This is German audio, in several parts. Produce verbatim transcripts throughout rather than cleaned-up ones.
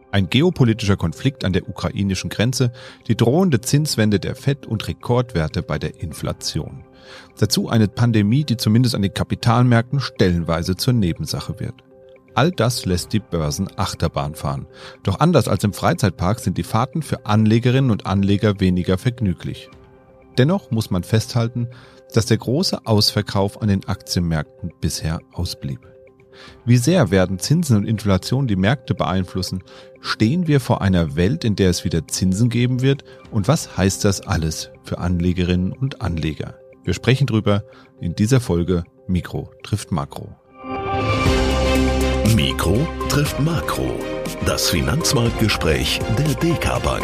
Ein geopolitischer Konflikt an der ukrainischen Grenze, die drohende Zinswende der Fed und Rekordwerte bei der Inflation. Dazu eine Pandemie, die zumindest an den Kapitalmärkten stellenweise zur Nebensache wird. All das lässt die Börsen Achterbahn fahren. Doch anders als im Freizeitpark sind die Fahrten für Anlegerinnen und Anleger weniger vergnüglich. Dennoch muss man festhalten, dass der große Ausverkauf an den Aktienmärkten bisher ausblieb. Wie sehr werden Zinsen und Inflation die Märkte beeinflussen? Stehen wir vor einer Welt, in der es wieder Zinsen geben wird? Und was heißt das alles für Anlegerinnen und Anleger? Wir sprechen drüber in dieser Folge Mikro trifft Makro. Mikro trifft Makro. Das Finanzmarktgespräch der D K Bank.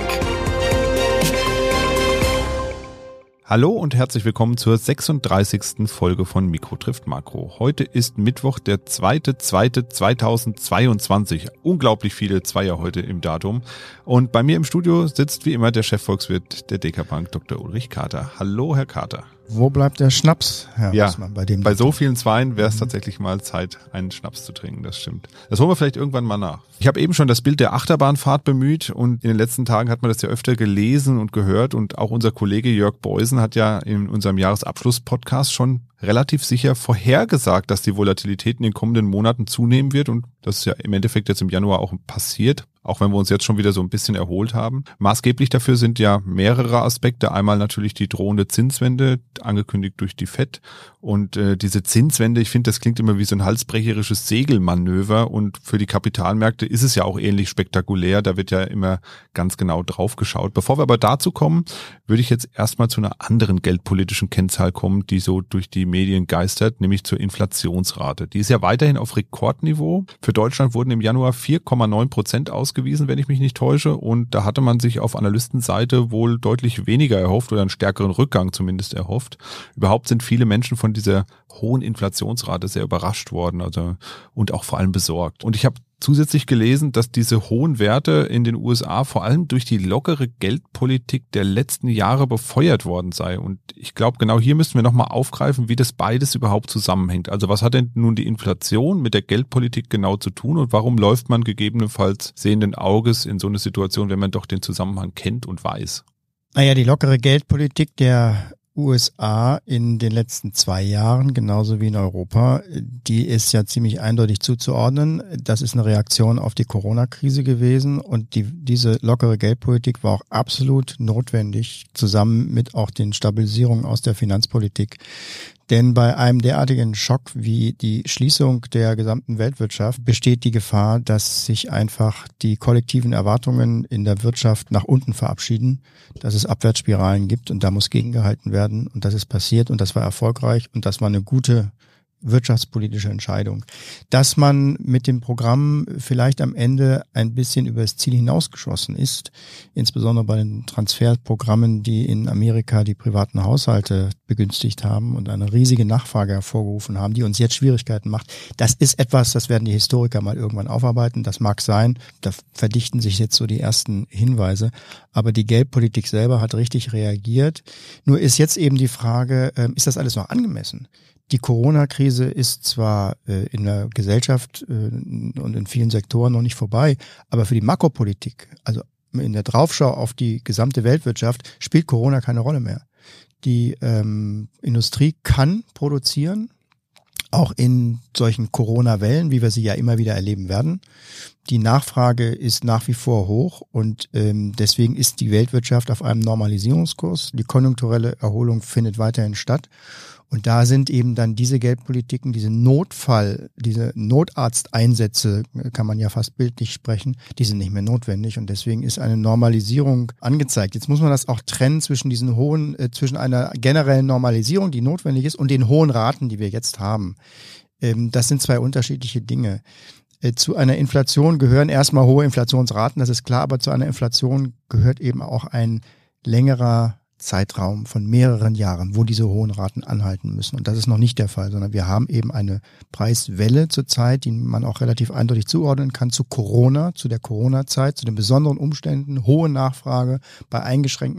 Hallo und herzlich willkommen zur sechsunddreißigsten Folge von Mikro trifft Makro. Heute ist Mittwoch, der zweite zweite zweitausendzweiundzwanzig. Unglaublich viele Zweier heute im Datum. Und bei mir im Studio sitzt wie immer der Chefvolkswirt der D K Bank, Doktor Ulrich Kater. Hallo, Herr Kater. Wo bleibt der Schnaps, Herr ja, Rossmann, bei dem? Bei so vielen Zweien wäre es mhm. tatsächlich mal Zeit, einen Schnaps zu trinken, das stimmt. Das holen wir vielleicht irgendwann mal nach. Ich habe eben schon das Bild der Achterbahnfahrt bemüht und in den letzten Tagen hat man das ja öfter gelesen und gehört und auch unser Kollege Jörg Beusen hat ja in unserem Jahresabschluss-Podcast schon relativ sicher vorhergesagt, dass die Volatilität in den kommenden Monaten zunehmen wird und das ist ja im Endeffekt jetzt im Januar auch passiert, auch wenn wir uns jetzt schon wieder so ein bisschen erholt haben. Maßgeblich dafür sind ja mehrere Aspekte. Einmal natürlich die drohende Zinswende, angekündigt durch die Fed. Und äh, diese Zinswende, ich finde, das klingt immer wie so ein halsbrecherisches Segelmanöver. Und für die Kapitalmärkte ist es ja auch ähnlich spektakulär. Da wird ja immer ganz genau drauf geschaut. Bevor wir aber dazu kommen, würde ich jetzt erstmal zu einer anderen geldpolitischen Kennzahl kommen, die so durch die Medien geistert, nämlich zur Inflationsrate. Die ist ja weiterhin auf Rekordniveau. Für Deutschland wurden im Januar vier Komma neun Prozent ausgewiesen, wenn ich mich nicht täusche. Und da hatte man sich auf Analystenseite wohl deutlich weniger erhofft oder einen stärkeren Rückgang zumindest erhofft. Überhaupt sind viele Menschen von dieser hohen Inflationsrate sehr überrascht worden, also und auch vor allem besorgt. Und ich habe zusätzlich gelesen, dass diese hohen Werte in den U S A vor allem durch die lockere Geldpolitik der letzten Jahre befeuert worden sei. Und ich glaube, genau hier müssen wir nochmal aufgreifen, wie das beides überhaupt zusammenhängt. Also was hat denn nun die Inflation mit der Geldpolitik genau zu tun und warum läuft man gegebenenfalls sehenden Auges in so eine Situation, wenn man doch den Zusammenhang kennt und weiß? Naja, die lockere Geldpolitik der U S A in den letzten zwei Jahren, genauso wie in Europa, die ist ja ziemlich eindeutig zuzuordnen. Das ist eine Reaktion auf die Corona-Krise gewesen und die, diese lockere Geldpolitik war auch absolut notwendig, zusammen mit auch den Stabilisierungen aus der Finanzpolitik. Denn bei einem derartigen Schock wie die Schließung der gesamten Weltwirtschaft besteht die Gefahr, dass sich einfach die kollektiven Erwartungen in der Wirtschaft nach unten verabschieden, dass es Abwärtsspiralen gibt und da muss gegengehalten werden und das ist passiert und das war erfolgreich und das war eine gute wirtschaftspolitische Entscheidung. Dass man mit dem Programm vielleicht am Ende ein bisschen über das Ziel hinausgeschossen ist, insbesondere bei den Transferprogrammen, die in Amerika die privaten Haushalte begünstigt haben und eine riesige Nachfrage hervorgerufen haben, die uns jetzt Schwierigkeiten macht. Das ist etwas, das werden die Historiker mal irgendwann aufarbeiten. Das mag sein, da verdichten sich jetzt so die ersten Hinweise. Aber die Geldpolitik selber hat richtig reagiert. Nur ist jetzt eben die Frage, ist das alles noch angemessen? Die Corona-Krise ist zwar äh, in der Gesellschaft äh, und in vielen Sektoren noch nicht vorbei, aber für die Makropolitik, also in der Draufschau auf die gesamte Weltwirtschaft, spielt Corona keine Rolle mehr. Die ähm, Industrie kann produzieren, auch in solchen Corona-Wellen, wie wir sie ja immer wieder erleben werden. Die Nachfrage ist nach wie vor hoch und ähm, deswegen ist die Weltwirtschaft auf einem Normalisierungskurs. Die konjunkturelle Erholung findet weiterhin statt. Und da sind eben dann diese Geldpolitiken, diese Notfall, diese Notarzteinsätze, kann man ja fast bildlich sprechen, die sind nicht mehr notwendig und deswegen ist eine Normalisierung angezeigt. Jetzt muss man das auch trennen zwischen diesen hohen, äh, zwischen einer generellen Normalisierung, die notwendig ist, und den hohen Raten, die wir jetzt haben. Ähm, das sind zwei unterschiedliche Dinge. Äh, zu einer Inflation gehören erstmal hohe Inflationsraten, das ist klar, aber zu einer Inflation gehört eben auch ein längerer Zeitraum von mehreren Jahren, wo diese hohen Raten anhalten müssen. Und das ist noch nicht der Fall, sondern wir haben eben eine Preiswelle zurzeit, die man auch relativ eindeutig zuordnen kann zu Corona, zu der Corona-Zeit, zu den besonderen Umständen, hohe Nachfrage bei eingeschränkten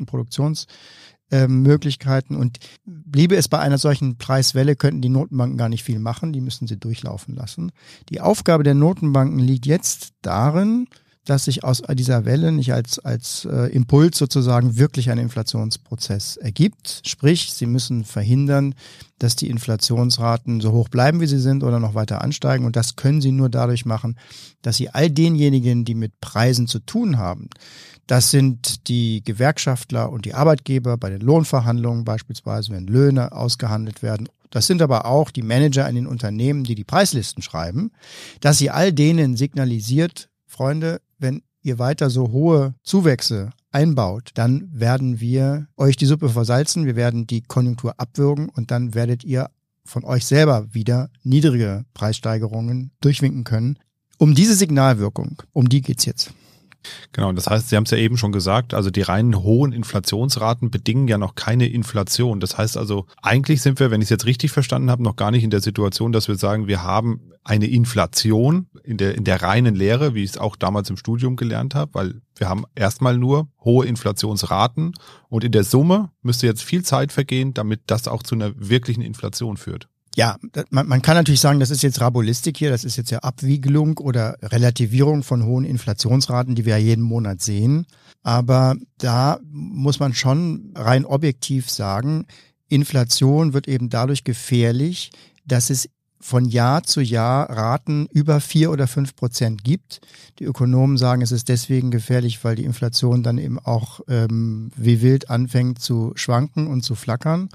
Produktionsmöglichkeiten. Und bliebe es bei einer solchen Preiswelle, könnten die Notenbanken gar nicht viel machen, die müssen sie durchlaufen lassen. Die Aufgabe der Notenbanken liegt jetzt darin, dass sich aus dieser Welle nicht als, als äh, Impuls sozusagen wirklich ein Inflationsprozess ergibt. Sprich, sie müssen verhindern, dass die Inflationsraten so hoch bleiben, wie sie sind oder noch weiter ansteigen. Und das können sie nur dadurch machen, dass sie all denjenigen, die mit Preisen zu tun haben, das sind die Gewerkschaftler und die Arbeitgeber bei den Lohnverhandlungen beispielsweise, wenn Löhne ausgehandelt werden. Das sind aber auch die Manager in den Unternehmen, die die Preislisten schreiben, dass sie all denen signalisiert, Freunde, wenn ihr weiter so hohe Zuwächse einbaut, dann werden wir euch die Suppe versalzen, wir werden die Konjunktur abwürgen und dann werdet ihr von euch selber wieder niedrige Preissteigerungen durchwinken können. Um diese Signalwirkung, um die geht's jetzt. Genau, das heißt, Sie haben es ja eben schon gesagt, also die reinen hohen Inflationsraten bedingen ja noch keine Inflation. Das heißt also, eigentlich sind wir, wenn ich es jetzt richtig verstanden habe, noch gar nicht in der Situation, dass wir sagen, wir haben eine Inflation in der, in der reinen Lehre, wie ich es auch damals im Studium gelernt habe, weil wir haben erstmal nur hohe Inflationsraten und in der Summe müsste jetzt viel Zeit vergehen, damit das auch zu einer wirklichen Inflation führt. Ja, man, man kann natürlich sagen, das ist jetzt Rabulistik hier, das ist jetzt ja Abwiegelung oder Relativierung von hohen Inflationsraten, die wir ja jeden Monat sehen. Aber da muss man schon rein objektiv sagen, Inflation wird eben dadurch gefährlich, dass es von Jahr zu Jahr Raten über vier oder fünf Prozent gibt. Die Ökonomen sagen, es ist deswegen gefährlich, weil die Inflation dann eben auch ähm, wie wild anfängt zu schwanken und zu flackern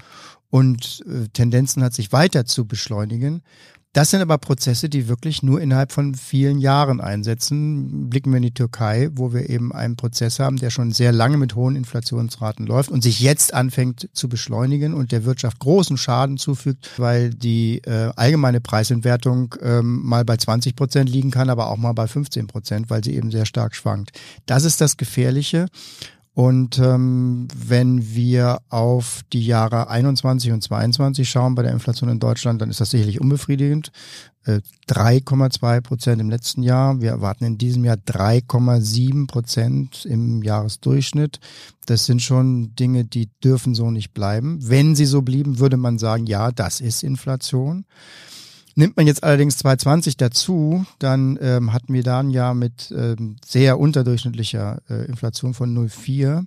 und äh, Tendenzen hat, sich weiter zu beschleunigen. Das sind aber Prozesse, die wirklich nur innerhalb von vielen Jahren einsetzen. Blicken wir in die Türkei, wo wir eben einen Prozess haben, der schon sehr lange mit hohen Inflationsraten läuft und sich jetzt anfängt zu beschleunigen und der Wirtschaft großen Schaden zufügt, weil die äh, allgemeine Preisentwertung ähm, mal bei zwanzig Prozent liegen kann, aber auch mal bei fünfzehn Prozent, weil sie eben sehr stark schwankt. Das ist das Gefährliche. Und ähm, wenn wir auf die Jahre einundzwanzig und zweiundzwanzig schauen bei der Inflation in Deutschland, dann ist das sicherlich unbefriedigend. Äh, drei Komma zwei Prozent im letzten Jahr. Wir erwarten in diesem Jahr drei Komma sieben Prozent im Jahresdurchschnitt. Das sind schon Dinge, die dürfen so nicht bleiben. Wenn sie so blieben, würde man sagen, ja, das ist Inflation. Nimmt man jetzt allerdings zwanzig zwanzig dazu, dann ähm, hatten wir da ein Jahr mit ähm, sehr unterdurchschnittlicher äh, Inflation von null Komma vier.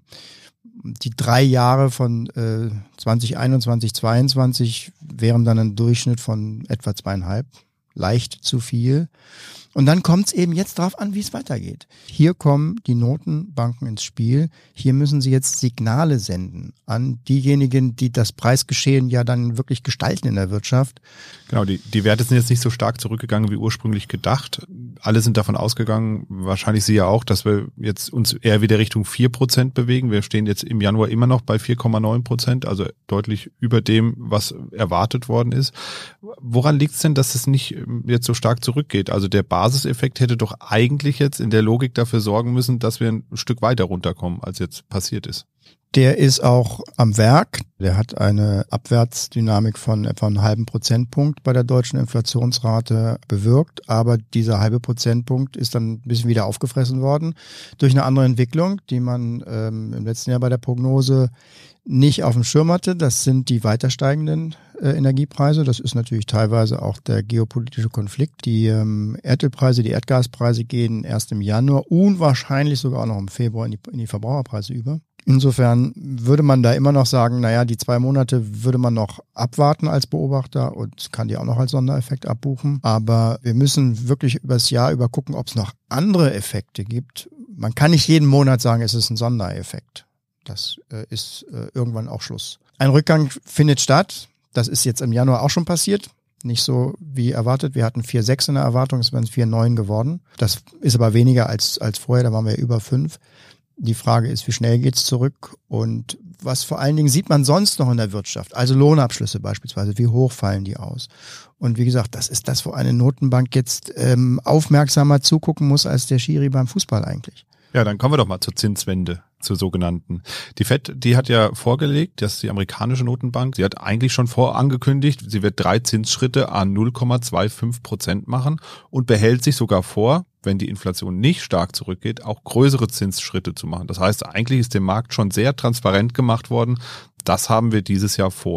Die drei Jahre von äh, zwanzig einundzwanzig, zweiundzwanzig wären dann ein Durchschnitt von etwa zweieinhalb. Leicht zu viel. Und dann kommt es eben jetzt darauf an, wie es weitergeht. Hier kommen die Notenbanken ins Spiel. Hier müssen sie jetzt Signale senden an diejenigen, die das Preisgeschehen ja dann wirklich gestalten in der Wirtschaft. Genau, die, die Werte sind jetzt nicht so stark zurückgegangen wie ursprünglich gedacht. Alle sind davon ausgegangen, wahrscheinlich Sie ja auch, dass wir jetzt uns eher wieder Richtung vier Prozent bewegen. Wir stehen jetzt im Januar immer noch bei vier Komma neun Prozent, also deutlich über dem, was erwartet worden ist. Woran liegt es denn, dass es nicht jetzt so stark zurückgeht? Also der Basiseffekt hätte doch eigentlich jetzt in der Logik dafür sorgen müssen, dass wir ein Stück weiter runterkommen, als jetzt passiert ist. Der ist auch am Werk. Der hat eine Abwärtsdynamik von etwa einem halben Prozentpunkt bei der deutschen Inflationsrate bewirkt. Aber dieser halbe Prozentpunkt ist dann ein bisschen wieder aufgefressen worden durch eine andere Entwicklung, die man ähm, im letzten Jahr bei der Prognose nicht auf dem Schirm hatte. Das sind die weiter steigenden äh, Energiepreise. Das ist natürlich teilweise auch der geopolitische Konflikt. Die ähm, Erdölpreise, die Erdgaspreise gehen erst im Januar und wahrscheinlich sogar auch noch im Februar in die, in die Verbraucherpreise über. Insofern würde man da immer noch sagen, naja, die zwei Monate würde man noch abwarten als Beobachter und kann die auch noch als Sondereffekt abbuchen. Aber wir müssen wirklich übers Jahr über gucken, ob es noch andere Effekte gibt. Man kann nicht jeden Monat sagen, es ist ein Sondereffekt. Das äh, ist äh, irgendwann auch Schluss. Ein Rückgang findet statt. Das ist jetzt im Januar auch schon passiert. Nicht so wie erwartet. Wir hatten vier Komma sechs in der Erwartung, es wären vier Komma neun geworden. Das ist aber weniger als als vorher, da waren wir über fünf. Die Frage ist, wie schnell geht's zurück und was vor allen Dingen sieht man sonst noch in der Wirtschaft? Also Lohnabschlüsse beispielsweise, wie hoch fallen die aus? Und wie gesagt, das ist das, wo eine Notenbank jetzt ähm, aufmerksamer zugucken muss als der Schiri beim Fußball eigentlich. Ja, dann kommen wir doch mal zur Zinswende, zur sogenannten. Die Fed, die hat ja vorgelegt, dass die amerikanische Notenbank, sie hat eigentlich schon vorangekündigt, sie wird drei Zinsschritte à null Komma fünfundzwanzig Prozent machen und behält sich sogar vor, wenn die Inflation nicht stark zurückgeht, auch größere Zinsschritte zu machen. Das heißt, eigentlich ist dem Markt schon sehr transparent gemacht worden, das haben wir dieses Jahr vor.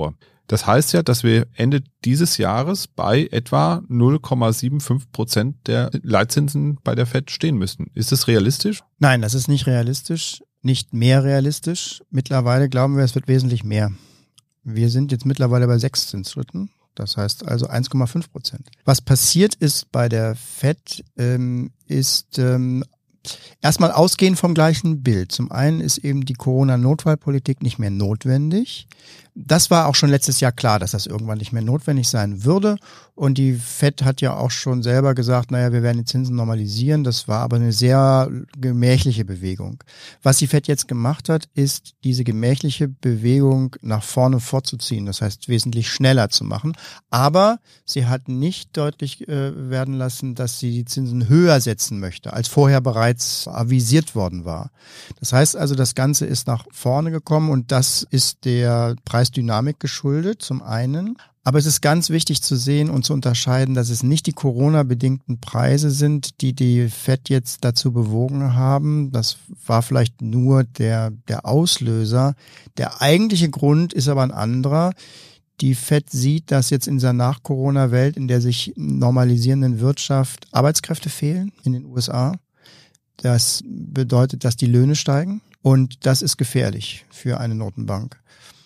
Das heißt ja, dass wir Ende dieses Jahres bei etwa null Komma fünfundsiebzig Prozent der Leitzinsen bei der Fed stehen müssten. Ist das realistisch? Nein, das ist nicht realistisch, nicht mehr realistisch. Mittlerweile glauben wir, es wird wesentlich mehr. Wir sind jetzt mittlerweile bei sechs Zinsschritten. Das heißt also eins Komma fünf Prozent. Was passiert ist bei der Fed, ähm, ist ähm, erstmal ausgehend vom gleichen Bild. Zum einen ist eben die Corona-Notfallpolitik nicht mehr notwendig. Das war auch schon letztes Jahr klar, dass das irgendwann nicht mehr notwendig sein würde. Und die Fed hat ja auch schon selber gesagt, naja, wir werden die Zinsen normalisieren. Das war aber eine sehr gemächliche Bewegung. Was die Fed jetzt gemacht hat, ist diese gemächliche Bewegung nach vorne vorzuziehen. Das heißt, wesentlich schneller zu machen. Aber sie hat nicht deutlich äh, werden lassen, dass sie die Zinsen höher setzen möchte, als vorher bereits avisiert worden war. Das heißt also, das Ganze ist nach vorne gekommen und das ist der Preisdynamik geschuldet, zum einen. Aber es ist ganz wichtig zu sehen und zu unterscheiden, dass es nicht die Corona-bedingten Preise sind, die die Fed jetzt dazu bewogen haben. Das war vielleicht nur der, der Auslöser. Der eigentliche Grund ist aber ein anderer. Die Fed sieht, dass jetzt in dieser Nach-Corona-Welt, in der sich normalisierenden Wirtschaft Arbeitskräfte fehlen in den U S A. Das bedeutet, dass die Löhne steigen und das ist gefährlich für eine Notenbank.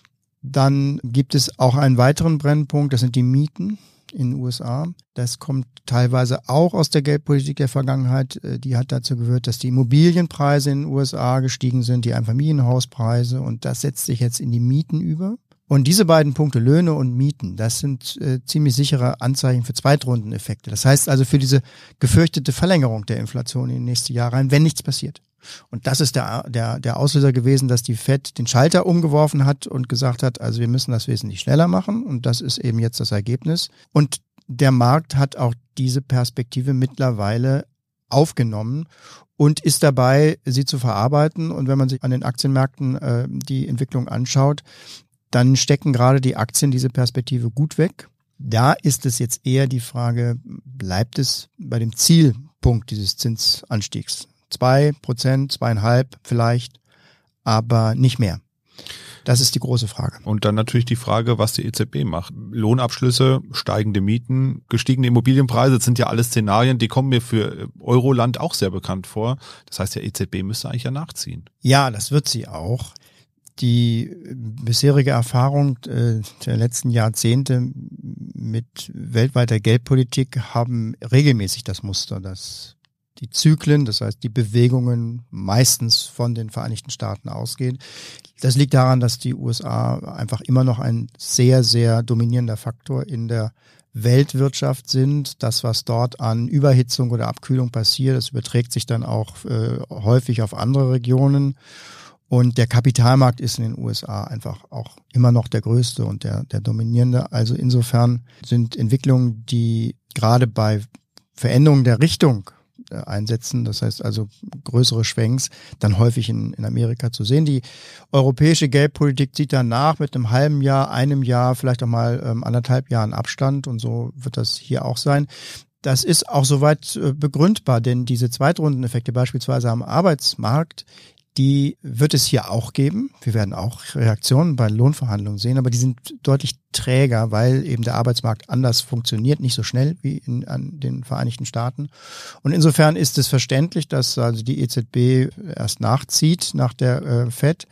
Dann gibt es auch einen weiteren Brennpunkt, das sind die Mieten in den U S A. Das kommt teilweise auch aus der Geldpolitik der Vergangenheit. Die hat dazu geführt, dass die Immobilienpreise in den U S A gestiegen sind, die Einfamilienhauspreise, und das setzt sich jetzt in die Mieten über. Und diese beiden Punkte, Löhne und Mieten, das sind äh, ziemlich sichere Anzeichen für Zweitrundeneffekte. Das heißt also für diese gefürchtete Verlängerung der Inflation in die nächsten Jahre rein, wenn nichts passiert. Und das ist der, der, der Auslöser gewesen, dass die Fed den Schalter umgeworfen hat und gesagt hat, also wir müssen das wesentlich schneller machen. Und das ist eben jetzt das Ergebnis. Und der Markt hat auch diese Perspektive mittlerweile aufgenommen und ist dabei, sie zu verarbeiten. Und wenn man sich an den Aktienmärkten äh, die Entwicklung anschaut, dann stecken gerade die Aktien diese Perspektive gut weg. Da ist es jetzt eher die Frage, bleibt es bei dem Zielpunkt dieses Zinsanstiegs? Zwei Prozent, zweieinhalb vielleicht, aber nicht mehr. Das ist die große Frage. Und dann natürlich die Frage, was die E Z B macht. Lohnabschlüsse, steigende Mieten, gestiegene Immobilienpreise, das sind ja alles Szenarien, die kommen mir für Euroland auch sehr bekannt vor. Das heißt, der E Z B müsste eigentlich ja nachziehen. Ja, das wird sie auch. Die bisherige Erfahrung äh, der letzten Jahrzehnte mit weltweiter Geldpolitik haben regelmäßig das Muster, dass die Zyklen, das heißt die Bewegungen meistens von den Vereinigten Staaten ausgehen. Das liegt daran, dass die U S A einfach immer noch ein sehr, sehr dominierender Faktor in der Weltwirtschaft sind. Das, was dort an Überhitzung oder Abkühlung passiert, das überträgt sich dann auch äh, häufig auf andere Regionen. Und der Kapitalmarkt ist in den U S A einfach auch immer noch der größte und der, der dominierende. Also insofern sind Entwicklungen, die gerade bei Veränderungen der Richtung einsetzen, das heißt also größere Schwenks, dann häufig in, in Amerika zu sehen. Die europäische Geldpolitik zieht danach mit einem halben Jahr, einem Jahr, vielleicht auch mal ähm, anderthalb Jahren Abstand, und so wird das hier auch sein. Das ist auch soweit äh, begründbar, denn diese Zweitrundeneffekte beispielsweise am Arbeitsmarkt, die wird es hier auch geben. Wir werden auch Reaktionen bei Lohnverhandlungen sehen, aber die sind deutlich träger, weil eben der Arbeitsmarkt anders funktioniert, nicht so schnell wie in an den Vereinigten Staaten. Und insofern ist es verständlich, dass also die E Z B erst nachzieht nach der äh, Fed.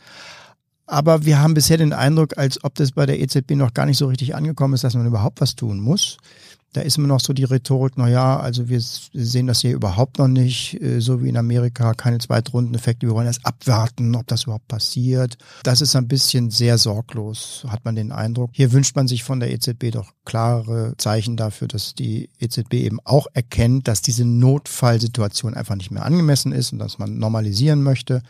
Aber wir haben bisher den Eindruck, als ob das bei der E Z B noch gar nicht so richtig angekommen ist, dass man überhaupt was tun muss. Da ist immer noch so die Rhetorik, na ja, also wir sehen das hier überhaupt noch nicht, so wie in Amerika, keine Zweitrundeneffekte, wir wollen erst abwarten, ob das überhaupt passiert. Das ist ein bisschen sehr sorglos, hat man den Eindruck. Hier wünscht man sich von der E Z B doch klarere Zeichen dafür, dass die E Z B eben auch erkennt, dass diese Notfallsituation einfach nicht mehr angemessen ist und dass man normalisieren möchte.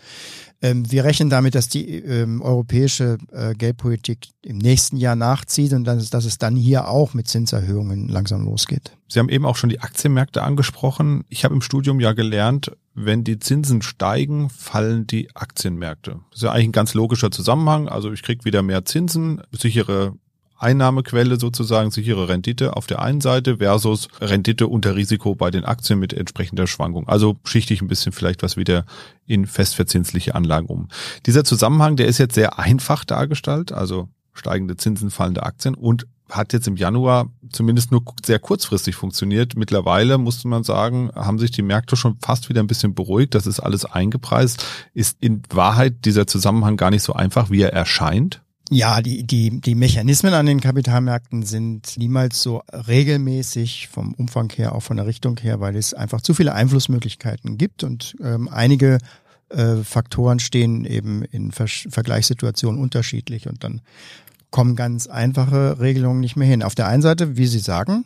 Wir rechnen damit, dass die ähm, europäische äh, Geldpolitik im nächsten Jahr nachzieht und dass, dass es dann hier auch mit Zinserhöhungen langsam losgeht. Sie haben eben auch schon die Aktienmärkte angesprochen. Ich habe im Studium ja gelernt, wenn die Zinsen steigen, fallen die Aktienmärkte. Das ist ja eigentlich ein ganz logischer Zusammenhang. Also ich kriege wieder mehr Zinsen, sichere Einnahmequelle sozusagen, sichere Rendite auf der einen Seite versus Rendite unter Risiko bei den Aktien mit entsprechender Schwankung. Also schichte ich ein bisschen vielleicht was wieder in festverzinsliche Anlagen um. Dieser Zusammenhang, der ist jetzt sehr einfach dargestellt. Also steigende Zinsen, fallende Aktien und hat jetzt im Januar zumindest nur sehr kurzfristig funktioniert. Mittlerweile, musste man sagen, haben sich die Märkte schon fast wieder ein bisschen beruhigt. Das ist alles eingepreist. Ist in Wahrheit dieser Zusammenhang gar nicht so einfach, wie er erscheint? Ja, die, die, die Mechanismen an den Kapitalmärkten sind niemals so regelmäßig vom Umfang her, auch von der Richtung her, weil es einfach zu viele Einflussmöglichkeiten gibt und ähm, einige äh, Faktoren stehen eben in Ver- Vergleichssituationen unterschiedlich und dann kommen ganz einfache Regelungen nicht mehr hin. Auf der einen Seite, wie Sie sagen,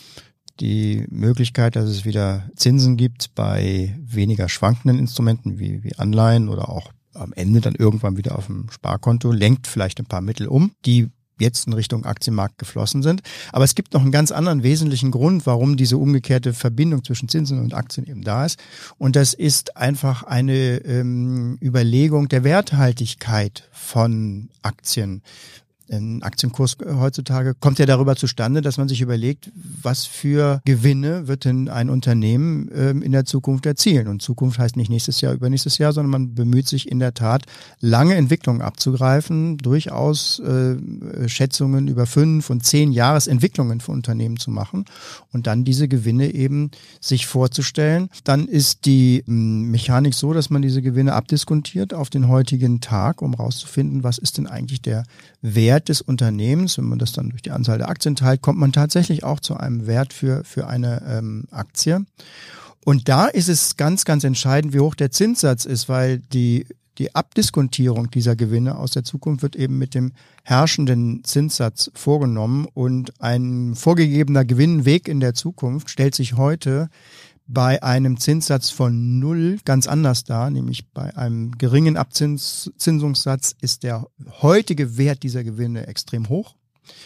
die Möglichkeit, dass es wieder Zinsen gibt bei weniger schwankenden Instrumenten wie, wie Anleihen oder auch am Ende dann irgendwann wieder auf dem Sparkonto, lenkt vielleicht ein paar Mittel um, die jetzt in Richtung Aktienmarkt geflossen sind. Aber es gibt noch einen ganz anderen wesentlichen Grund, warum diese umgekehrte Verbindung zwischen Zinsen und Aktien eben da ist. Und das ist einfach eine ähm, Überlegung der Werthaltigkeit von Aktien. Ein Aktienkurs heutzutage kommt ja darüber zustande, dass man sich überlegt, was für Gewinne wird denn ein Unternehmen ähm, in der Zukunft erzielen. Und Zukunft heißt nicht nächstes Jahr, übernächstes Jahr, sondern man bemüht sich in der Tat, lange Entwicklungen abzugreifen, durchaus äh, Schätzungen über fünf und zehn Jahresentwicklungen von Unternehmen zu machen und dann diese Gewinne eben sich vorzustellen. Dann ist die ähm, Mechanik so, dass man diese Gewinne abdiskontiert auf den heutigen Tag, um rauszufinden, was ist denn eigentlich der Wert des Unternehmens. Wenn man das dann durch die Anzahl der Aktien teilt, kommt man tatsächlich auch zu einem Wert für, für eine ähm, Aktie. Und da ist es ganz, ganz entscheidend, wie hoch der Zinssatz ist, weil die, die Abdiskontierung dieser Gewinne aus der Zukunft wird eben mit dem herrschenden Zinssatz vorgenommen und ein vorgegebener Gewinnweg in der Zukunft stellt sich heute bei einem Zinssatz von null ganz anders dar, nämlich bei einem geringen Abzinsungssatz ist der heutige Wert dieser Gewinne extrem hoch,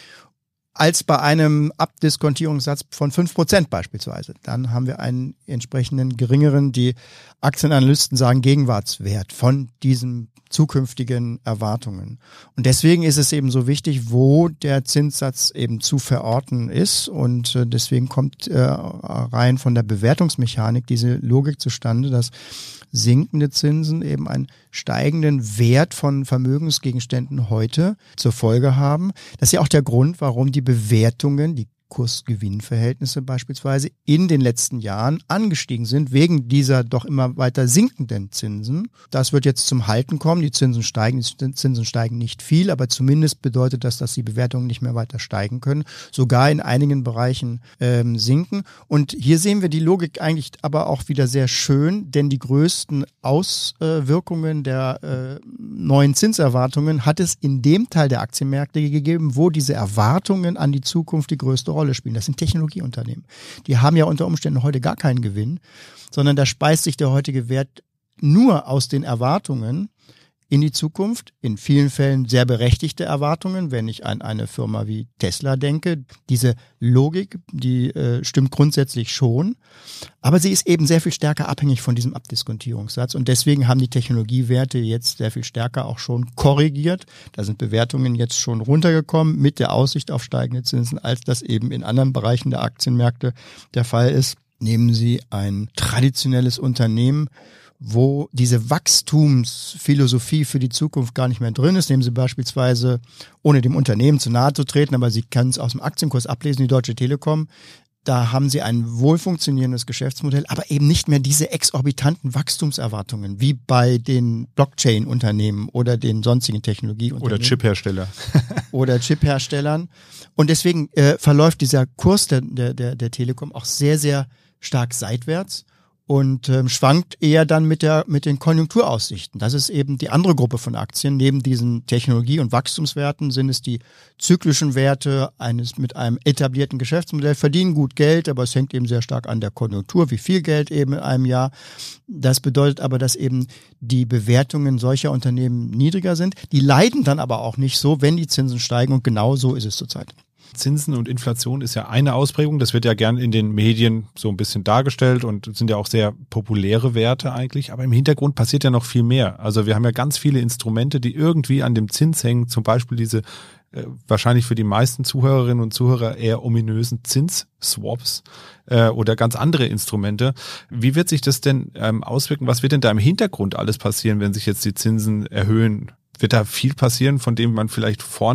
als bei einem Abdiskontierungssatz von fünf Prozent beispielsweise. Dann haben wir einen entsprechenden geringeren, die Aktienanalysten sagen, Gegenwartswert von diesen zukünftigen Erwartungen. Und deswegen ist es eben so wichtig, wo der Zinssatz eben zu verorten ist. Und äh, deswegen kommt äh, rein von der Bewertungsmechanik diese Logik zustande, dass sinkende Zinsen eben einen steigenden Wert von Vermögensgegenständen heute zur Folge haben. Das ist ja auch der Grund, warum die Bewertungen, die Kurs-Gewinn-Verhältnisse beispielsweise in den letzten Jahren angestiegen sind, wegen dieser doch immer weiter sinkenden Zinsen. Das wird jetzt zum Halten kommen. Die Zinsen steigen, die Zinsen steigen nicht viel, aber zumindest bedeutet das, dass die Bewertungen nicht mehr weiter steigen können, sogar in einigen Bereichen ähm, sinken. Und hier sehen wir die Logik eigentlich aber auch wieder sehr schön, denn die größten Auswirkungen der äh, neuen Zinserwartungen hat es in dem Teil der Aktienmärkte gegeben, wo diese Erwartungen an die Zukunft die größte Rolle spielen. Das sind Technologieunternehmen. Die haben ja unter Umständen heute gar keinen Gewinn, sondern da speist sich der heutige Wert nur aus den Erwartungen in die Zukunft. In vielen Fällen sehr berechtigte Erwartungen, wenn ich an eine Firma wie Tesla denke. Diese Logik, die äh, stimmt grundsätzlich schon, aber sie ist eben sehr viel stärker abhängig von diesem Abdiskontierungssatz und deswegen haben die Technologiewerte jetzt sehr viel stärker auch schon korrigiert. Da sind Bewertungen jetzt schon runtergekommen mit der Aussicht auf steigende Zinsen, als das eben in anderen Bereichen der Aktienmärkte der Fall ist. Nehmen Sie ein traditionelles Unternehmen, wo diese Wachstumsphilosophie für die Zukunft gar nicht mehr drin ist. Nehmen Sie beispielsweise, ohne dem Unternehmen zu nahe zu treten, aber Sie können es aus dem Aktienkurs ablesen, die Deutsche Telekom. Da haben Sie ein wohl funktionierendes Geschäftsmodell, aber eben nicht mehr diese exorbitanten Wachstumserwartungen wie bei den Blockchain-Unternehmen oder den sonstigen Technologieunternehmen. Oder Chiphersteller. Oder Chipherstellern. Und deswegen äh, verläuft dieser Kurs der, der, der Telekom auch sehr, sehr stark seitwärts. Und ähm, schwankt eher dann mit der mit den Konjunkturaussichten. Das ist eben die andere Gruppe von Aktien. Neben diesen Technologie- und Wachstumswerten sind es die zyklischen Werte eines mit einem etablierten Geschäftsmodell, verdienen gut Geld, aber es hängt eben sehr stark an der Konjunktur, wie viel Geld eben in einem Jahr. Das bedeutet aber, dass eben die Bewertungen solcher Unternehmen niedriger sind. Die leiden dann aber auch nicht so, wenn die Zinsen steigen und genau so ist es zurzeit. Zinsen und Inflation ist ja eine Ausprägung. Das wird ja gern in den Medien so ein bisschen dargestellt und sind ja auch sehr populäre Werte eigentlich. Aber im Hintergrund passiert ja noch viel mehr. Also wir haben ja ganz viele Instrumente, die irgendwie an dem Zins hängen. Zum Beispiel diese äh, wahrscheinlich für die meisten Zuhörerinnen und Zuhörer eher ominösen Zinsswaps äh, oder ganz andere Instrumente. Wie wird sich das denn ähm, auswirken? Was wird denn da im Hintergrund alles passieren, wenn sich jetzt die Zinsen erhöhen? Wird da viel passieren, von dem man vielleicht vorne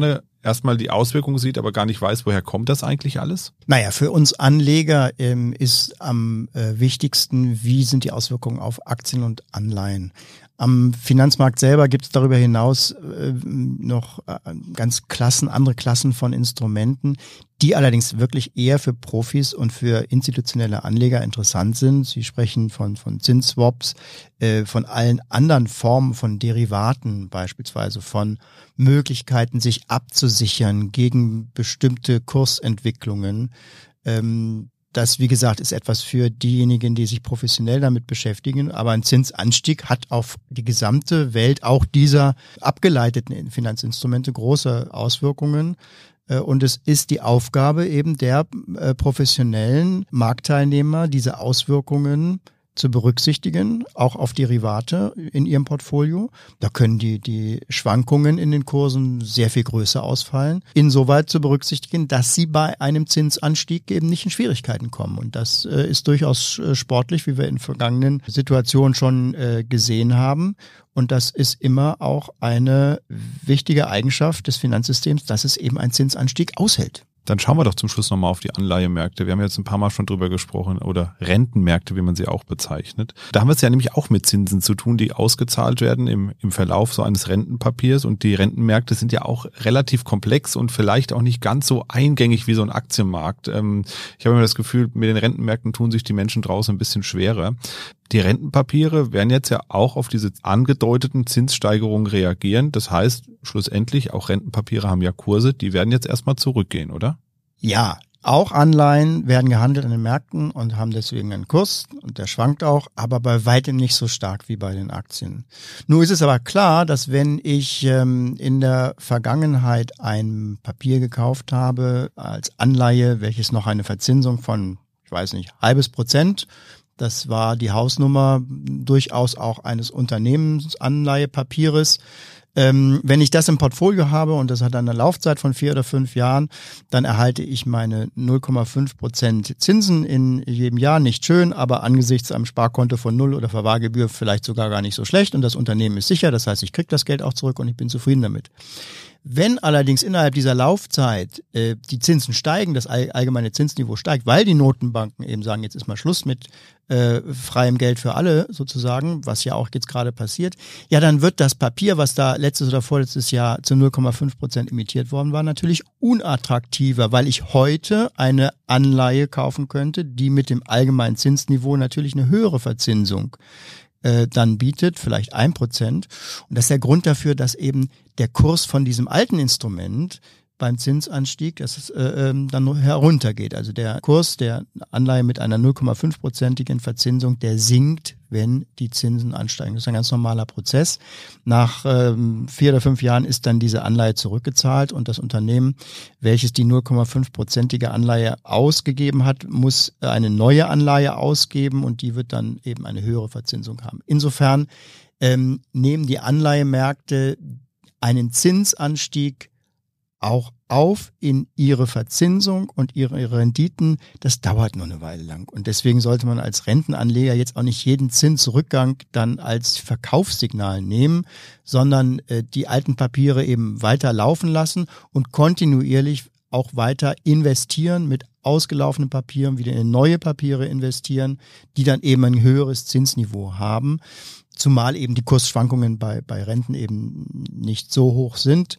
erstmal die Auswirkungen sieht, aber gar nicht weiß, woher kommt das eigentlich alles? Naja, für uns Anleger ähm, ist am äh, wichtigsten, wie sind die Auswirkungen auf Aktien und Anleihen. Am Finanzmarkt selber gibt es darüber hinaus äh, noch äh, ganz Klassen, andere Klassen von Instrumenten, die allerdings wirklich eher für Profis und für institutionelle Anleger interessant sind. Sie sprechen von, von Zinsswaps, äh, von allen anderen Formen von Derivaten, beispielsweise von Möglichkeiten, sich abzusichern gegen bestimmte Kursentwicklungen. Ähm, Das, wie gesagt, ist etwas für diejenigen, die sich professionell damit beschäftigen. Aber ein Zinsanstieg hat auf die gesamte Welt auch dieser abgeleiteten Finanzinstrumente große Auswirkungen. Und es ist die Aufgabe eben der professionellen Marktteilnehmer, diese Auswirkungen zu berücksichtigen, auch auf Derivate in ihrem Portfolio. Da können die, die Schwankungen in den Kursen sehr viel größer ausfallen. Insoweit zu berücksichtigen, dass sie bei einem Zinsanstieg eben nicht in Schwierigkeiten kommen. Und das äh, ist durchaus äh, sportlich, wie wir in vergangenen Situationen schon äh, gesehen haben. Und das ist immer auch eine wichtige Eigenschaft des Finanzsystems, dass es eben einen Zinsanstieg aushält. Dann schauen wir doch zum Schluss nochmal auf die Anleihemärkte. Wir haben jetzt ein paar Mal schon drüber gesprochen, oder Rentenmärkte, wie man sie auch bezeichnet. Da haben wir es ja nämlich auch mit Zinsen zu tun, die ausgezahlt werden im, im Verlauf so eines Rentenpapiers. Und die Rentenmärkte sind ja auch relativ komplex und vielleicht auch nicht ganz so eingängig wie so ein Aktienmarkt. Ähm, ich habe immer das Gefühl, mit den Rentenmärkten tun sich die Menschen draußen ein bisschen schwerer. Die Rentenpapiere werden jetzt ja auch auf diese angedeuteten Zinssteigerungen reagieren. Das heißt, schlussendlich, auch Rentenpapiere haben ja Kurse, die werden jetzt erstmal zurückgehen, oder? Ja, auch Anleihen werden gehandelt an den Märkten und haben deswegen einen Kurs und der schwankt auch, aber bei weitem nicht so stark wie bei den Aktien. Nun ist es aber klar, dass wenn ich ähm, in der Vergangenheit ein Papier gekauft habe als Anleihe, welches noch eine Verzinsung von, ich weiß nicht, halbes Prozent, das war die Hausnummer durchaus auch eines Unternehmensanleihepapieres. Ähm, wenn ich das im Portfolio habe und das hat eine Laufzeit von vier oder fünf Jahren, dann erhalte ich meine null Komma fünf Prozent Zinsen in jedem Jahr. Nicht schön, aber angesichts einem Sparkonto von null oder Verwahrgebühr vielleicht sogar gar nicht so schlecht. Und das Unternehmen ist sicher, das heißt, ich kriege das Geld auch zurück und ich bin zufrieden damit. Wenn allerdings innerhalb dieser Laufzeit äh, die Zinsen steigen, das all, allgemeine Zinsniveau steigt, weil die Notenbanken eben sagen, jetzt ist mal Schluss mit äh, freiem Geld für alle sozusagen, was ja auch jetzt gerade passiert, ja, dann wird das Papier, was da letztes oder vorletztes Jahr zu null Komma fünf Prozent emittiert worden war, natürlich unattraktiver, weil ich heute eine Anleihe kaufen könnte, die mit dem allgemeinen Zinsniveau natürlich eine höhere Verzinsung dann bietet, vielleicht ein Prozent. Und das ist der Grund dafür, dass eben der Kurs von diesem alten Instrument beim Zinsanstieg, dass es äh, dann nur heruntergeht. Also der Kurs der Anleihe mit einer null Komma fünf prozentigen Verzinsung, der sinkt, wenn die Zinsen ansteigen. Das ist ein ganz normaler Prozess. Nach ähm, vier oder fünf Jahren ist dann diese Anleihe zurückgezahlt und das Unternehmen, welches die null Komma fünf prozentige Anleihe ausgegeben hat, muss eine neue Anleihe ausgeben und die wird dann eben eine höhere Verzinsung haben. Insofern ähm, nehmen die Anleihemärkte einen Zinsanstieg auch auf in ihre Verzinsung und ihre, ihre Renditen. Das dauert nur eine Weile lang. Und deswegen sollte man als Rentenanleger jetzt auch nicht jeden Zinsrückgang dann als Verkaufssignal nehmen, sondern äh, die alten Papiere eben weiter laufen lassen und kontinuierlich auch weiter investieren, mit ausgelaufenen Papieren wieder in neue Papiere investieren, die dann eben ein höheres Zinsniveau haben. Zumal eben die Kursschwankungen bei, bei Renten eben nicht so hoch sind.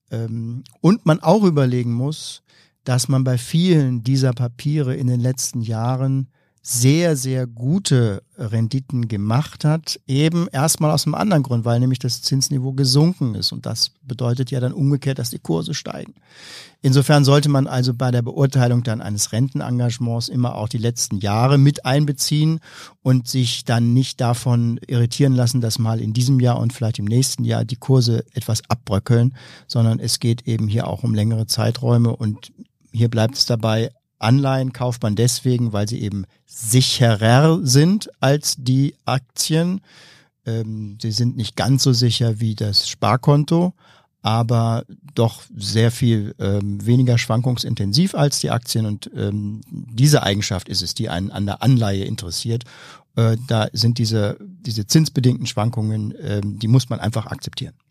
Und man auch überlegen muss, dass man bei vielen dieser Papiere in den letzten Jahren sehr, sehr gute Renditen gemacht hat, eben erstmal aus einem anderen Grund, weil nämlich das Zinsniveau gesunken ist und das bedeutet ja dann umgekehrt, dass die Kurse steigen. Insofern sollte man also bei der Beurteilung dann eines Rentenengagements immer auch die letzten Jahre mit einbeziehen und sich dann nicht davon irritieren lassen, dass mal in diesem Jahr und vielleicht im nächsten Jahr die Kurse etwas abbröckeln, sondern es geht eben hier auch um längere Zeiträume und hier bleibt es dabei, Anleihen kauft man deswegen, weil sie eben sicherer sind als die Aktien. Ähm, sie sind nicht ganz so sicher wie das Sparkonto, aber doch sehr viel ähm, weniger schwankungsintensiv als die Aktien. Und ähm, diese Eigenschaft ist es, die einen an der Anleihe interessiert. Äh, da sind diese, diese zinsbedingten Schwankungen, ähm, die muss man einfach akzeptieren.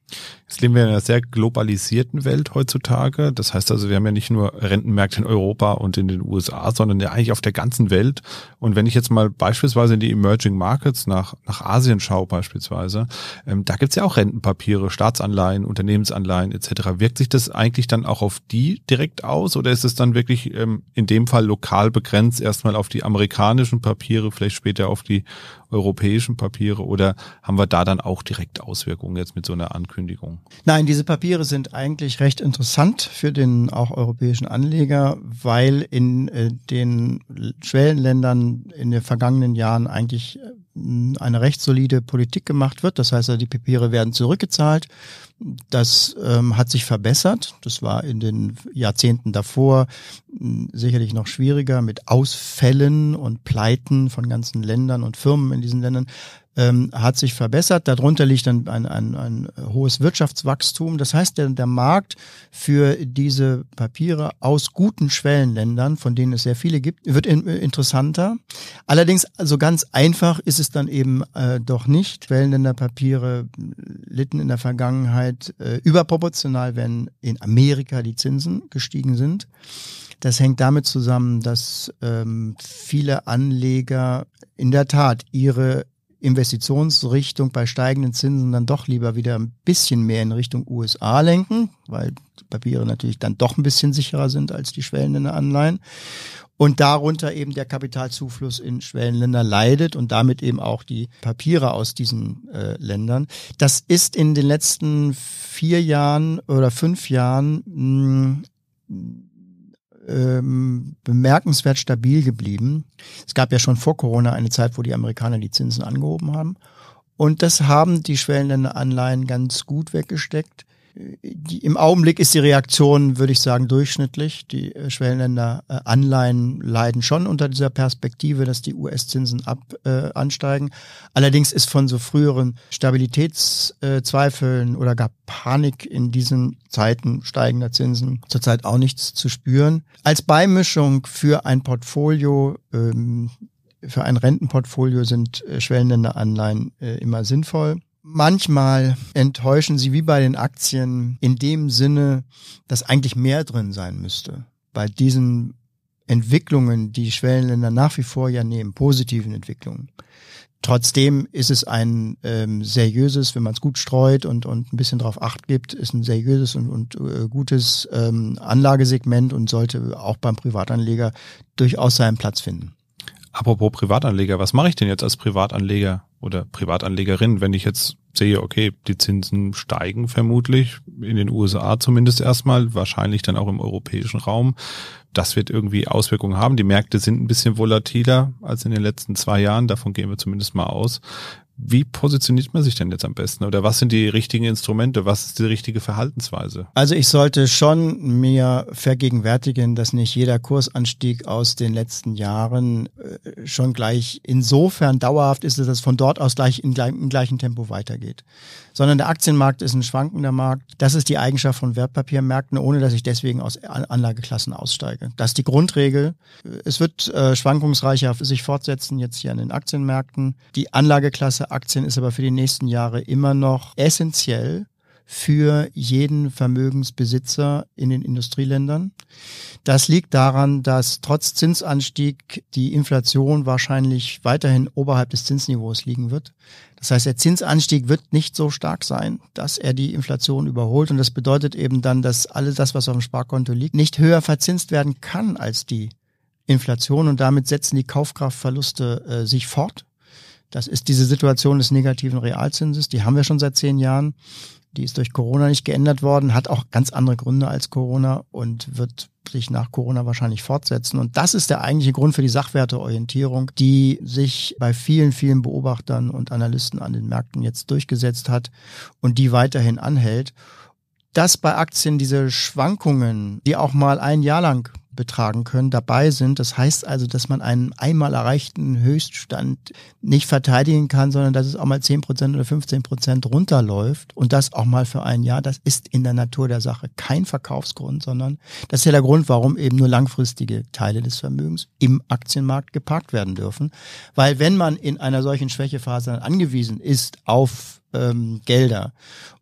Jetzt leben wir in einer sehr globalisierten Welt heutzutage. Das heißt also, wir haben ja nicht nur Rentenmärkte in Europa und in den U S A, sondern ja eigentlich auf der ganzen Welt. Und wenn ich jetzt mal beispielsweise in die Emerging Markets nach nach Asien schaue beispielsweise, ähm, da gibt's ja auch Rentenpapiere, Staatsanleihen, Unternehmensanleihen et cetera. Wirkt sich das eigentlich dann auch auf die direkt aus oder ist es dann wirklich ähm, in dem Fall lokal begrenzt erstmal auf die amerikanischen Papiere, vielleicht später auf die europäischen Papiere oder haben wir da dann auch direkt Auswirkungen jetzt mit so einer Ankündigung? Nein, diese Papiere sind eigentlich recht interessant für den auch europäischen Anleger, weil in äh, den Schwellenländern in den vergangenen Jahren eigentlich äh, eine recht solide Politik gemacht wird. Das heißt, die Papiere werden zurückgezahlt. Das ähm, hat sich verbessert. Das war in den Jahrzehnten davor mh, sicherlich noch schwieriger mit Ausfällen und Pleiten von ganzen Ländern und Firmen in diesen Ländern. Ähm, hat sich verbessert. Darunter liegt ein, ein, ein, ein hohes Wirtschaftswachstum. Das heißt, der, der Markt für diese Papiere aus guten Schwellenländern, von denen es sehr viele gibt, wird in, äh, interessanter. Allerdings, also ganz einfach ist es dann eben äh, doch nicht. Schwellenländerpapiere litten in der Vergangenheit äh, überproportional, wenn in Amerika die Zinsen gestiegen sind. Das hängt damit zusammen, dass ähm, viele Anleger in der Tat ihre Investitionsrichtung bei steigenden Zinsen dann doch lieber wieder ein bisschen mehr in Richtung U S A lenken, weil die Papiere natürlich dann doch ein bisschen sicherer sind als die Schwellenländeranleihen. Und darunter eben der Kapitalzufluss in Schwellenländer leidet und damit eben auch die Papiere aus diesen äh, Ländern. Das ist in den letzten vier Jahren oder fünf Jahren mh, Ähm, bemerkenswert stabil geblieben. Es gab ja schon vor Corona eine Zeit, wo die Amerikaner die Zinsen angehoben haben. Und das haben die Schwellenländeranleihen ganz gut weggesteckt. Die, im Augenblick ist die Reaktion, würde ich sagen, durchschnittlich. Die äh, Schwellenländeranleihen leiden schon unter dieser Perspektive, dass die U S-Zinsen ab äh, ansteigen. Allerdings ist von so früheren Stabilitätszweifeln äh, oder gar Panik in diesen Zeiten steigender Zinsen zurzeit auch nichts zu spüren. Als Beimischung für ein Portfolio, ähm, für ein Rentenportfolio sind äh, Schwellenländeranleihen äh, immer sinnvoll. Manchmal enttäuschen sie wie bei den Aktien in dem Sinne, dass eigentlich mehr drin sein müsste. Bei diesen Entwicklungen, die Schwellenländer nach wie vor ja nehmen, positiven Entwicklungen. Trotzdem ist es ein ähm, seriöses, wenn man es gut streut und und ein bisschen drauf Acht gibt, ist ein seriöses und, und äh, gutes ähm, Anlagesegment und sollte auch beim Privatanleger durchaus seinen Platz finden. Apropos Privatanleger, was mache ich denn jetzt als Privatanleger oder Privatanlegerin, wenn ich jetzt sehe, okay, die Zinsen steigen vermutlich, in den U S A zumindest erstmal, wahrscheinlich dann auch im europäischen Raum. Das wird irgendwie Auswirkungen haben. Die Märkte sind ein bisschen volatiler als in den letzten zwei Jahren, davon gehen wir zumindest mal aus. Wie positioniert man sich denn jetzt am besten? Oder was sind die richtigen Instrumente? Was ist die richtige Verhaltensweise? Also ich sollte schon mir vergegenwärtigen, dass nicht jeder Kursanstieg aus den letzten Jahren äh, schon gleich insofern dauerhaft ist, dass es von dort aus gleich in, gleich, im gleichen Tempo weitergeht. Sondern der Aktienmarkt ist ein schwankender Markt. Das ist die Eigenschaft von Wertpapiermärkten, ohne dass ich deswegen aus Anlageklassen aussteige. Das ist die Grundregel. Es wird äh, schwankungsreicher sich fortsetzen jetzt hier an den Aktienmärkten. Die Anlageklasse Aktien ist aber für die nächsten Jahre immer noch essentiell für jeden Vermögensbesitzer in den Industrieländern. Das liegt daran, dass trotz Zinsanstieg die Inflation wahrscheinlich weiterhin oberhalb des Zinsniveaus liegen wird. Das heißt, der Zinsanstieg wird nicht so stark sein, dass er die Inflation überholt. Und das bedeutet eben dann, dass alles das, was auf dem Sparkonto liegt, nicht höher verzinst werden kann als die Inflation. Und damit setzen die Kaufkraftverluste äh, sich fort. Das ist diese Situation des negativen Realzinses, die haben wir schon seit zehn Jahren. Die ist durch Corona nicht geändert worden, hat auch ganz andere Gründe als Corona und wird sich nach Corona wahrscheinlich fortsetzen. Und das ist der eigentliche Grund für die Sachwerteorientierung, die sich bei vielen, vielen Beobachtern und Analysten an den Märkten jetzt durchgesetzt hat und die weiterhin anhält. Dass bei Aktien diese Schwankungen, die auch mal ein Jahr lang betragen können, dabei sind. Das heißt also, dass man einen einmal erreichten Höchststand nicht verteidigen kann, sondern dass es auch mal zehn Prozent oder fünfzehn Prozent runterläuft und das auch mal für ein Jahr. Das ist in der Natur der Sache kein Verkaufsgrund, sondern das ist ja der Grund, warum eben nur langfristige Teile des Vermögens im Aktienmarkt geparkt werden dürfen. Weil wenn man in einer solchen Schwächephase angewiesen ist auf ähm, Gelder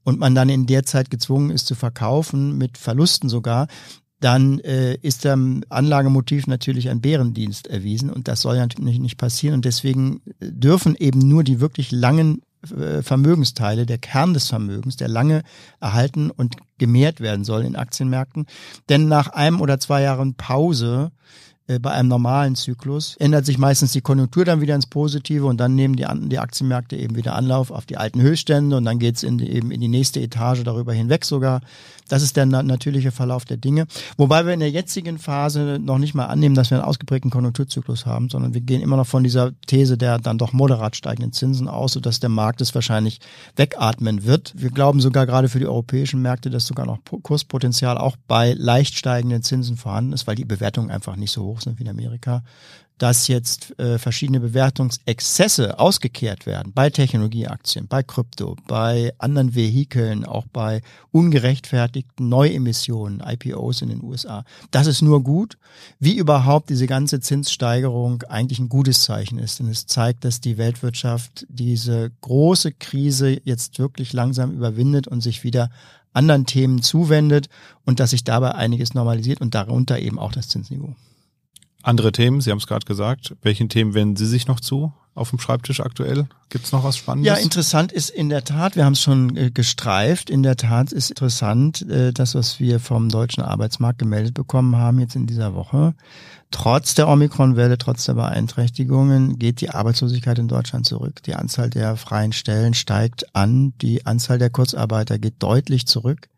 und man dann in der Zeit gezwungen ist zu verkaufen, mit Verlusten sogar, dann äh, ist dem Anlagemotiv natürlich ein Bärendienst erwiesen und das soll ja natürlich nicht passieren und deswegen dürfen eben nur die wirklich langen äh, Vermögensteile, der Kern des Vermögens, der lange erhalten und gemehrt werden soll in Aktienmärkten, denn nach einem oder zwei Jahren Pause bei einem normalen Zyklus ändert sich meistens die Konjunktur dann wieder ins Positive und dann nehmen die, die Aktienmärkte eben wieder Anlauf auf die alten Höchststände und dann geht's in die, eben in die nächste Etage darüber hinweg sogar. Das ist der na- natürliche Verlauf der Dinge. Wobei wir in der jetzigen Phase noch nicht mal annehmen, dass wir einen ausgeprägten Konjunkturzyklus haben, sondern wir gehen immer noch von dieser These der dann doch moderat steigenden Zinsen aus, sodass der Markt es wahrscheinlich wegatmen wird. Wir glauben sogar gerade für die europäischen Märkte, dass sogar noch Kurspotenzial auch bei leicht steigenden Zinsen vorhanden ist, weil die Bewertungen einfach nicht so hoch sind wie in Amerika, dass jetzt äh, verschiedene Bewertungsexzesse ausgekehrt werden bei Technologieaktien, bei Krypto, bei anderen Vehikeln, auch bei ungerechtfertigten Neuemissionen, I P Os in den U S A. Das ist nur gut, wie überhaupt diese ganze Zinssteigerung eigentlich ein gutes Zeichen ist. Denn es zeigt, dass die Weltwirtschaft diese große Krise jetzt wirklich langsam überwindet und sich wieder anderen Themen zuwendet und dass sich dabei einiges normalisiert und darunter eben auch das Zinsniveau. Andere Themen, Sie haben es gerade gesagt. Welchen Themen wenden Sie sich noch zu auf dem Schreibtisch aktuell? Gibt es noch was Spannendes? Ja, interessant ist in der Tat, wir haben es schon äh, gestreift, in der Tat ist interessant, äh, das, was wir vom deutschen Arbeitsmarkt gemeldet bekommen haben jetzt in dieser Woche. Trotz der Omikron-Welle, trotz der Beeinträchtigungen geht die Arbeitslosigkeit in Deutschland zurück. Die Anzahl der freien Stellen steigt an, die Anzahl der Kurzarbeiter geht deutlich zurück.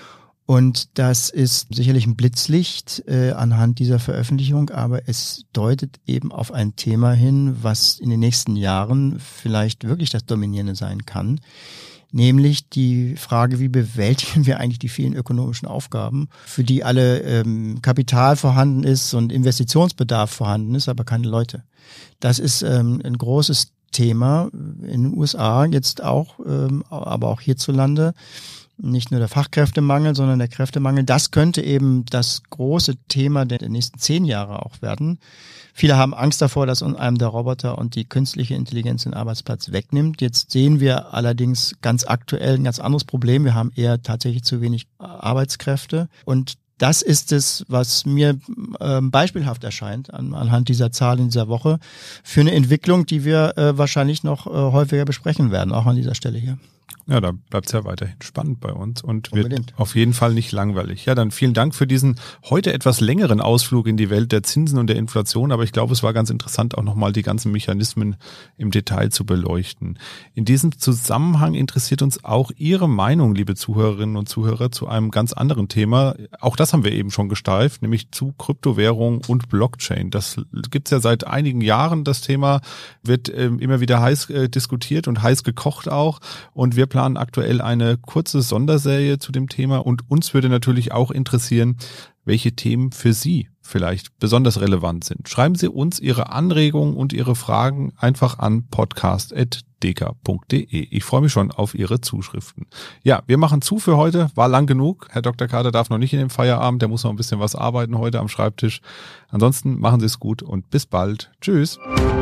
Und das ist sicherlich ein Blitzlicht äh, anhand dieser Veröffentlichung, aber es deutet eben auf ein Thema hin, was in den nächsten Jahren vielleicht wirklich das Dominierende sein kann, nämlich die Frage, wie bewältigen wir eigentlich die vielen ökonomischen Aufgaben, für die alle ähm, Kapital vorhanden ist und Investitionsbedarf vorhanden ist, aber keine Leute. Das ist ähm, ein großes Thema in den U S A jetzt auch, ähm, aber auch hierzulande. Nicht nur der Fachkräftemangel, sondern der Kräftemangel. Das könnte eben das große Thema der nächsten zehn Jahre auch werden. Viele haben Angst davor, dass einem der Roboter und die künstliche Intelligenz den Arbeitsplatz wegnimmt. Jetzt sehen wir allerdings ganz aktuell ein ganz anderes Problem. Wir haben eher tatsächlich zu wenig Arbeitskräfte. Und das ist es, was mir äh, beispielhaft erscheint an, anhand dieser Zahl in dieser Woche für eine Entwicklung, die wir äh, wahrscheinlich noch äh, häufiger besprechen werden, auch an dieser Stelle hier. Ja, da bleibt es ja weiterhin spannend bei uns und Unbedingt. Wird auf jeden Fall nicht langweilig. Ja, dann vielen Dank für diesen heute etwas längeren Ausflug in die Welt der Zinsen und der Inflation, aber ich glaube, es war ganz interessant, auch nochmal die ganzen Mechanismen im Detail zu beleuchten. In diesem Zusammenhang interessiert uns auch Ihre Meinung, liebe Zuhörerinnen und Zuhörer, zu einem ganz anderen Thema. Auch das haben wir eben schon gestreift, nämlich zu Kryptowährung und Blockchain. Das gibt's ja seit einigen Jahren, das Thema wird äh, immer wieder heiß äh, diskutiert und heiß gekocht auch, und wir planen aktuell eine kurze Sonderserie zu dem Thema und uns würde natürlich auch interessieren, welche Themen für Sie vielleicht besonders relevant sind. Schreiben Sie uns Ihre Anregungen und Ihre Fragen einfach an podcast at deka punkt de. Ich freue mich schon auf Ihre Zuschriften. Ja, wir machen zu für heute. War lang genug. Herr Doktor Kater darf noch nicht in den Feierabend. Der muss noch ein bisschen was arbeiten heute am Schreibtisch. Ansonsten machen Sie es gut und bis bald. Tschüss.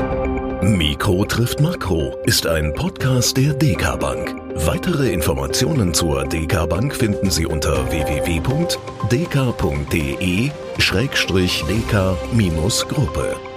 Mikro trifft Makro ist ein Podcast der Deka Bank. Weitere Informationen zur Deka Bank finden Sie unter w w w punkt deka punkt de Schrägstrich Deka Gruppe.